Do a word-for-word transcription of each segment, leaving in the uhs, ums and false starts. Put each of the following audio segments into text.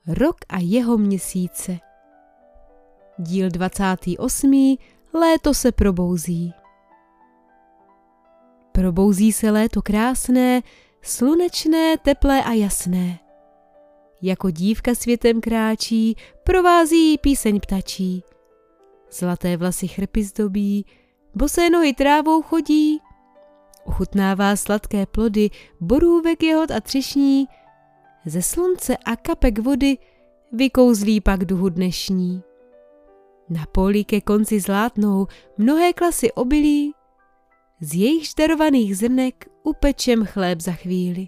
Rok a jeho měsíce. Díl dvacátý osmý. Léto se probouzí. Probouzí se léto krásné, slunečné, teplé a jasné. Jako dívka světem kráčí, provází jí píseň ptačí. Zlaté vlasy chrpy zdobí, bosé nohy trávou chodí. Ochutnává sladké plody, borůvek, jehod a třešní. Ze slunce a kapek vody vykouzlí pak duhu dnešní. Na poli ke konci zlátnou mnohé klasy obilí, z jejich darovaných zrnek upečem chléb za chvíli.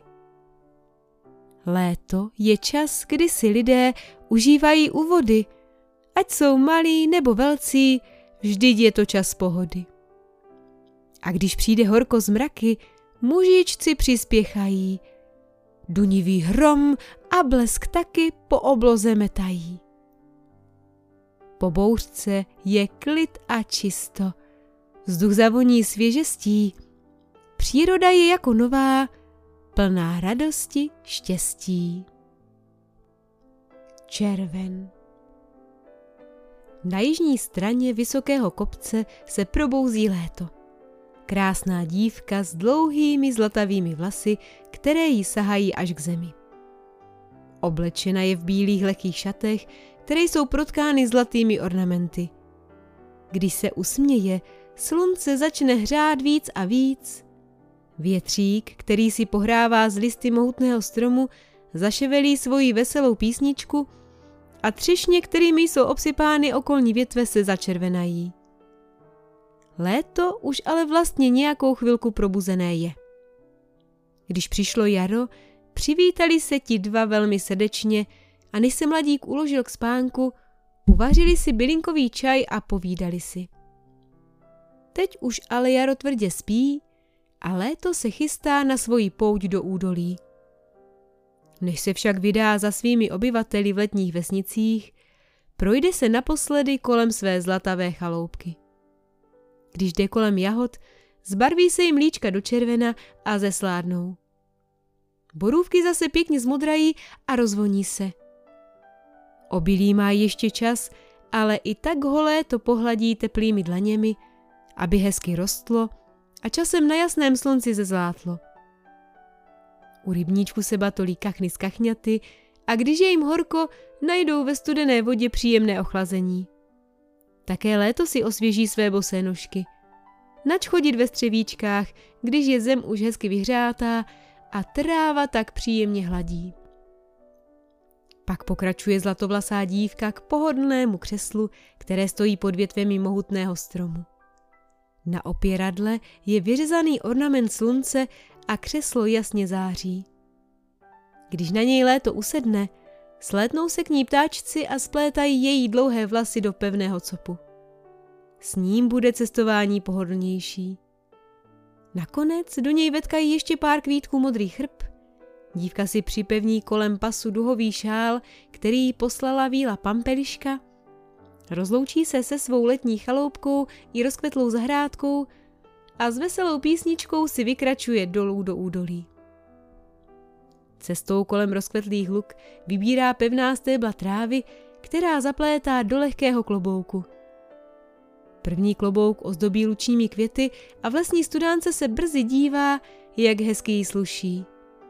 Léto je čas, kdy si lidé užívají u vody, ať jsou malí nebo velcí, vždyť je to čas pohody. A když přijde horko z mraky, mužičci přispěchají, dunivý hrom a blesk taky po obloze metají. Po bouřce je klid a čisto, vzduch zavoní svěžestí, příroda je jako nová, plná radosti, štěstí. Červen. Na jižní straně vysokého kopce se probouzí léto. Krásná dívka s dlouhými zlatavými vlasy, které jí sahají až k zemi. Oblečena je v bílých lehkých šatech, které jsou protkány zlatými ornamenty. Když se usměje, slunce začne hřát víc a víc. Větřík, který si pohrává z listy mohutného stromu, zaševelí svoji veselou písničku a třešně, kterými jsou obsypány okolní větve, se začervenají. Léto už ale vlastně nějakou chvilku probuzené je. Když přišlo jaro, přivítali se ti dva velmi srdečně a než se mladík uložil k spánku, uvařili si bylinkový čaj a povídali si. Teď už ale jaro tvrdě spí a léto se chystá na svoji pouť do údolí. Než se však vydá za svými obyvateli v letních vesnicích, projde se naposledy kolem své zlatavé chaloupky. Když jde kolem jahod, zbarví se jim líčka do červena a zesládnou. Borůvky zase pěkně zmodrají a rozvoní se. Obilí má ještě čas, ale i tak ho léto pohladí teplými dlaněmi, aby hezky rostlo a časem na jasném slunci zezlátlo. U rybníčku se batolí kachny z kachňaty a když je jim horko, najdou ve studené vodě příjemné ochlazení. Také léto si osvěží své bosé nožky. Nač chodit ve střevíčkách, když je zem už hezky vyhřátá a tráva tak příjemně hladí. Pak pokračuje zlatovlasá dívka k pohodlnému křeslu, které stojí pod větvemi mohutného stromu. Na opěradle je vyřezaný ornament slunce a křeslo jasně září. Když na něj léto usedne, slétnou se k ní ptáčci a splétají její dlouhé vlasy do pevného copu. S ním bude cestování pohodlnější. Nakonec do něj vetkají ještě pár kvítků modrý chrb. Dívka si připevní kolem pasu duhový šál, který jí poslala víla pampeliška. Rozloučí se se svou letní chaloupkou i rozkvetlou zahrádkou a s veselou písničkou si vykračuje dolů do údolí. Cestou kolem rozkvetlých luk vybírá pevná stébla trávy, která zaplétá do lehkého klobouku. První klobouk ozdobí lučními květy a v lesní studánce se brzy dívá, jak hezky jí sluší.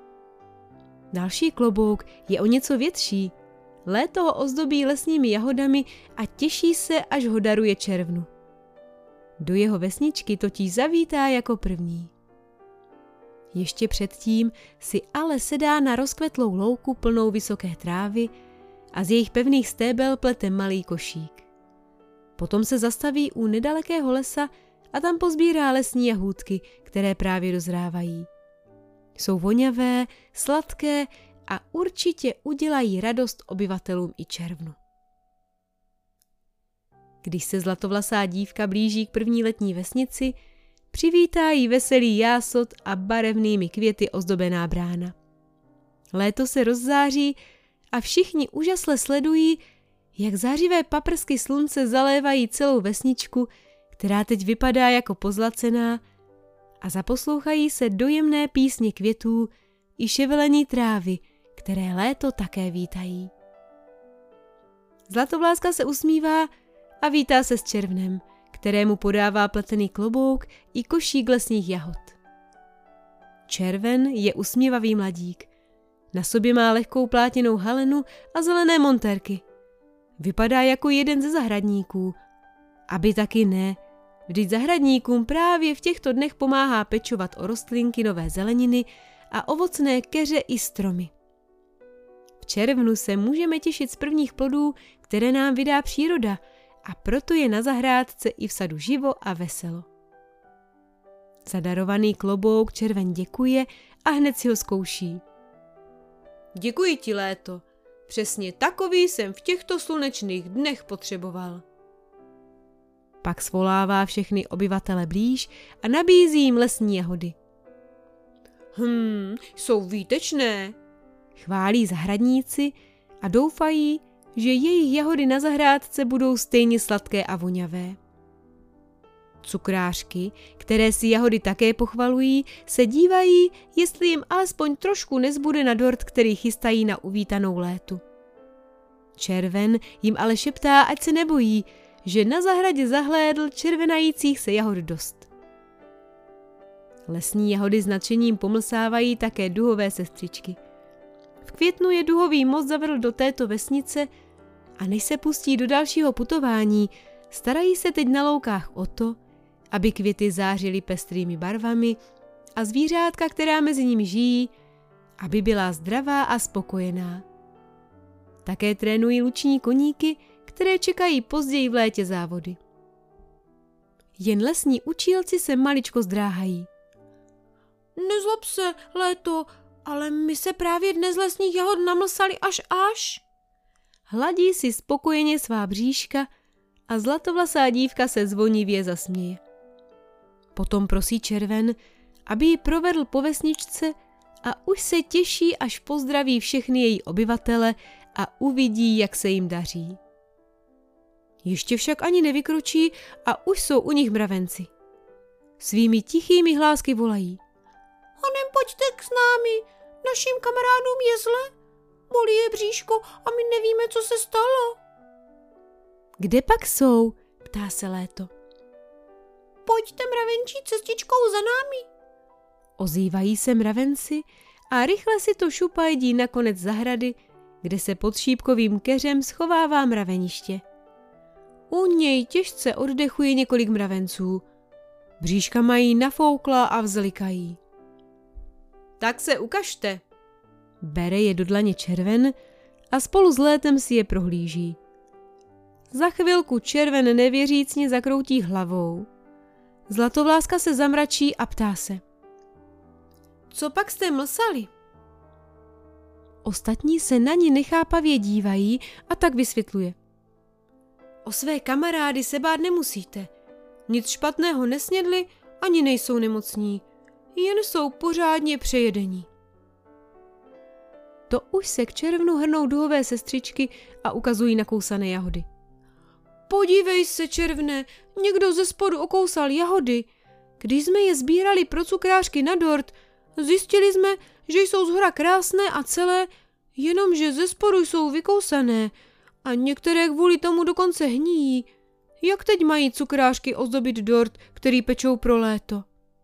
Další klobouk je o něco větší. Léto ho ozdobí lesními jahodami a těší se, až ho daruje červnu. Do jeho vesničky totiž zavítá jako první. Ještě předtím si ale sedá na rozkvetlou louku plnou vysoké trávy a z jejich pevných stébel plete malý košík. Potom se zastaví u nedalekého lesa a tam pozbírá lesní jahůdky, které právě dozrávají. Jsou voňavé, sladké a určitě udělají radost obyvatelům i červnu. Když se zlatovlasá dívka blíží k první letní vesnici, přivítá jí veselý jásot a barevnými květy ozdobená brána. Léto se rozzáří a všichni úžasle sledují, jak zářivé paprsky slunce zalévají celou vesničku, která teď vypadá jako pozlacená, a zaposlouchají se dojemné písně květů i ševelení trávy, které léto také vítají. Zlatovláska se usmívá a vítá se s červnem, kterému podává pletený klobouk i košík lesních jahod. Červen je usmívavý mladík. Na sobě má lehkou plátěnou halenu a zelené montérky. Vypadá jako jeden ze zahradníků. Aby taky ne, vždyť zahradníkům právě v těchto dnech pomáhá pečovat o rostlinky nové zeleniny a ovocné keře i stromy. V červnu se můžeme těšit z prvních plodů, které nám vydá příroda, a proto je na zahrádce i v sadu živo a veselo. Za darovaný klobouk červen děkuje a hned si ho zkouší. Děkuji ti, léto. Přesně takový jsem v těchto slunečných dnech potřeboval. Pak svolává všechny obyvatele blíž a nabízí jim lesní jahody. Hm, jsou výtečné, chválí zahradníci a doufají, že jejich jahody na zahrádce budou stejně sladké a voňavé. Cukrářky, které si jahody také pochvalují, se dívají, jestli jim alespoň trošku nezbude na dort, který chystají na uvítanou létu. Červen jim ale šeptá, ať se nebojí, že na zahradě zahlédl červenajících se jahod dost. Lesní jahody s nadšením pomlsávají také duhové sestřičky. V květnu je duhový most zavedl do této vesnice a než se pustí do dalšího putování, starají se teď na loukách o to, aby květy zářily pestrými barvami a zvířátka, která mezi nimi žijí, aby byla zdravá a spokojená. Také trénují luční koníky, které čekají později v létě závody. Jen lesní učílci se maličko zdráhají. Nezlob se, léto, ale my se právě dnes lesních jahod namlsali až až. Hladí si spokojeně svá bříška a zlatovlasá dívka se zvonivě zasměje. Potom prosí červen, aby ji provedl po vesničce a už se těší, až pozdraví všechny její obyvatele a uvidí, jak se jim daří. Ještě však ani nevykročí a už jsou u nich mravenci. Svými tichými hlásky volají. Honem, pojďte k s námi, našim kamarádům je zle, bolí je bříško a my nevíme, co se stalo. Kde pak jsou? Ptá se léto. Pojďte mravenčí cestičkou za námi. Ozývají se mravenci a rychle si to šupajdí na konec zahrady, kde se pod šípkovým keřem schovává mraveniště. U něj těžce oddechuje několik mravenců. Bříška mají nafoukla a vzlikají. Tak se ukažte. Bere je do dlaně červen a spolu s létem si je prohlíží. Za chvilku červen nevěřícně zakroutí hlavou. Zlatovláska se zamračí a ptá se. Co pak jste mlsali? Ostatní se na ní nechápavě dívají a tak vysvětluje. O své kamarády se bát nemusíte. Nic špatného nesnědli, ani nejsou nemocní. Jen jsou pořádně přejedení. To už se k červnu hrnou duhové sestřičky a ukazují nakousané jahody. Podívej se, červne, někdo ze spodu okousal jahody. Když jsme je sbírali pro cukrářky na dort, zjistili jsme, že jsou zhora krásné a celé, jenomže ze spodu jsou vykousané a některé kvůli tomu dokonce hníjí. Jak teď mají cukrářky ozdobit dort, který pečou pro léto?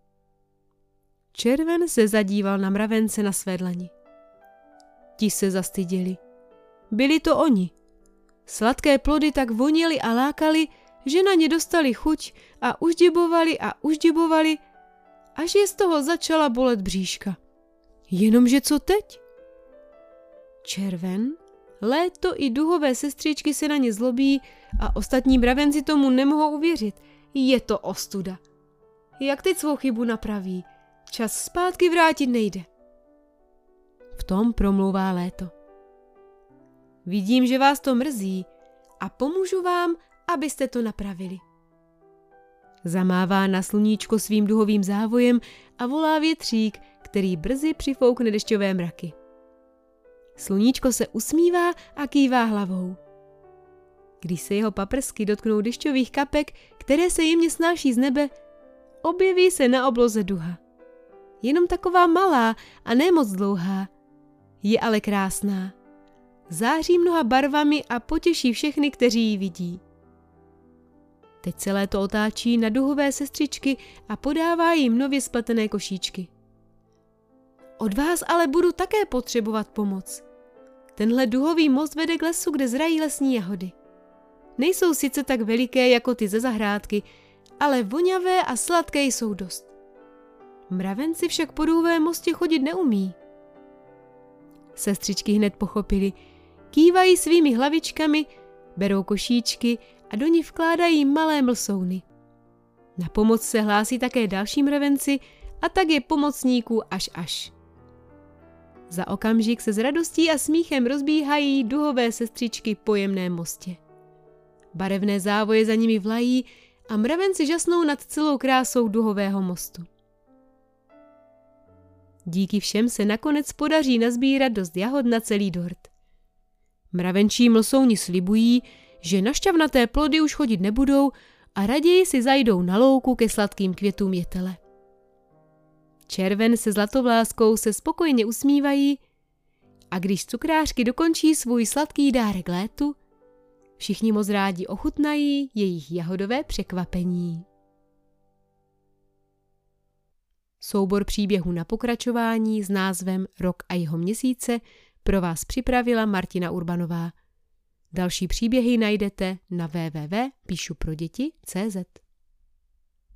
Červen se zadíval na mravence na své dlani. Ti se zastyděli. Byli to oni. Sladké plody tak voněly a lákaly, že na ně dostali chuť a uždibovali a uždibovali, až je z toho začala bolet bříška. Jenomže co teď? Červen, léto i duhové sestřičky se na ně zlobí a ostatní mravenci tomu nemohou uvěřit. Je to ostuda. Jak teď svou chybu napraví? Čas zpátky vrátit nejde. V tom promlouvá léto. Vidím, že vás to mrzí a pomůžu vám, abyste to napravili. Zamává na sluníčko svým duhovým závojem a volá větřík, který brzy přifoukne dešťové mraky. Sluníčko se usmívá a kývá hlavou. Když se jeho paprsky dotknou dešťových kapek, které se jemně snáší z nebe, objeví se na obloze duha. Jenom taková malá a ne moc dlouhá. Je ale krásná. září mnoha barvami a potěší všechny, kteří ji vidí. Teď se léto otáčí na duhové sestřičky a podává jim nově spletené košíčky. Od vás ale budu také potřebovat pomoc. Tenhle duhový most vede k lesu, kde zrají lesní jahody. Nejsou sice tak veliké jako ty ze zahrádky, ale voňavé a sladké jsou dost. Mravenci však po duhovém mostě chodit neumí. Sestřičky hned pochopili, kývají svými hlavičkami, berou košíčky a do ní vkládají malé mlsouny. Na pomoc se hlásí také další mravenci a tak je pomocníků až až. Za okamžik se s radostí a smíchem rozbíhají duhové sestřičky po jemném mostě. Barevné závoje za nimi vlají a mravenci žasnou nad celou krásou duhového mostu. Díky všem se nakonec podaří nazbírat dost jahod na celý dort. Mravenčí mlsouni slibují, že na šťavnaté plody už chodit nebudou a raději si zajdou na louku ke sladkým květům jetele. Červen se zlatovláskou se spokojně usmívají a když cukrářky dokončí svůj sladký dárek létu, všichni moc rádi ochutnají jejich jahodové překvapení. Soubor příběhů na pokračování s názvem Rok a jeho měsíce pro vás připravila Martina Urbanová. Další příběhy najdete na w w w tečka píšu pro děti tečka cé zet.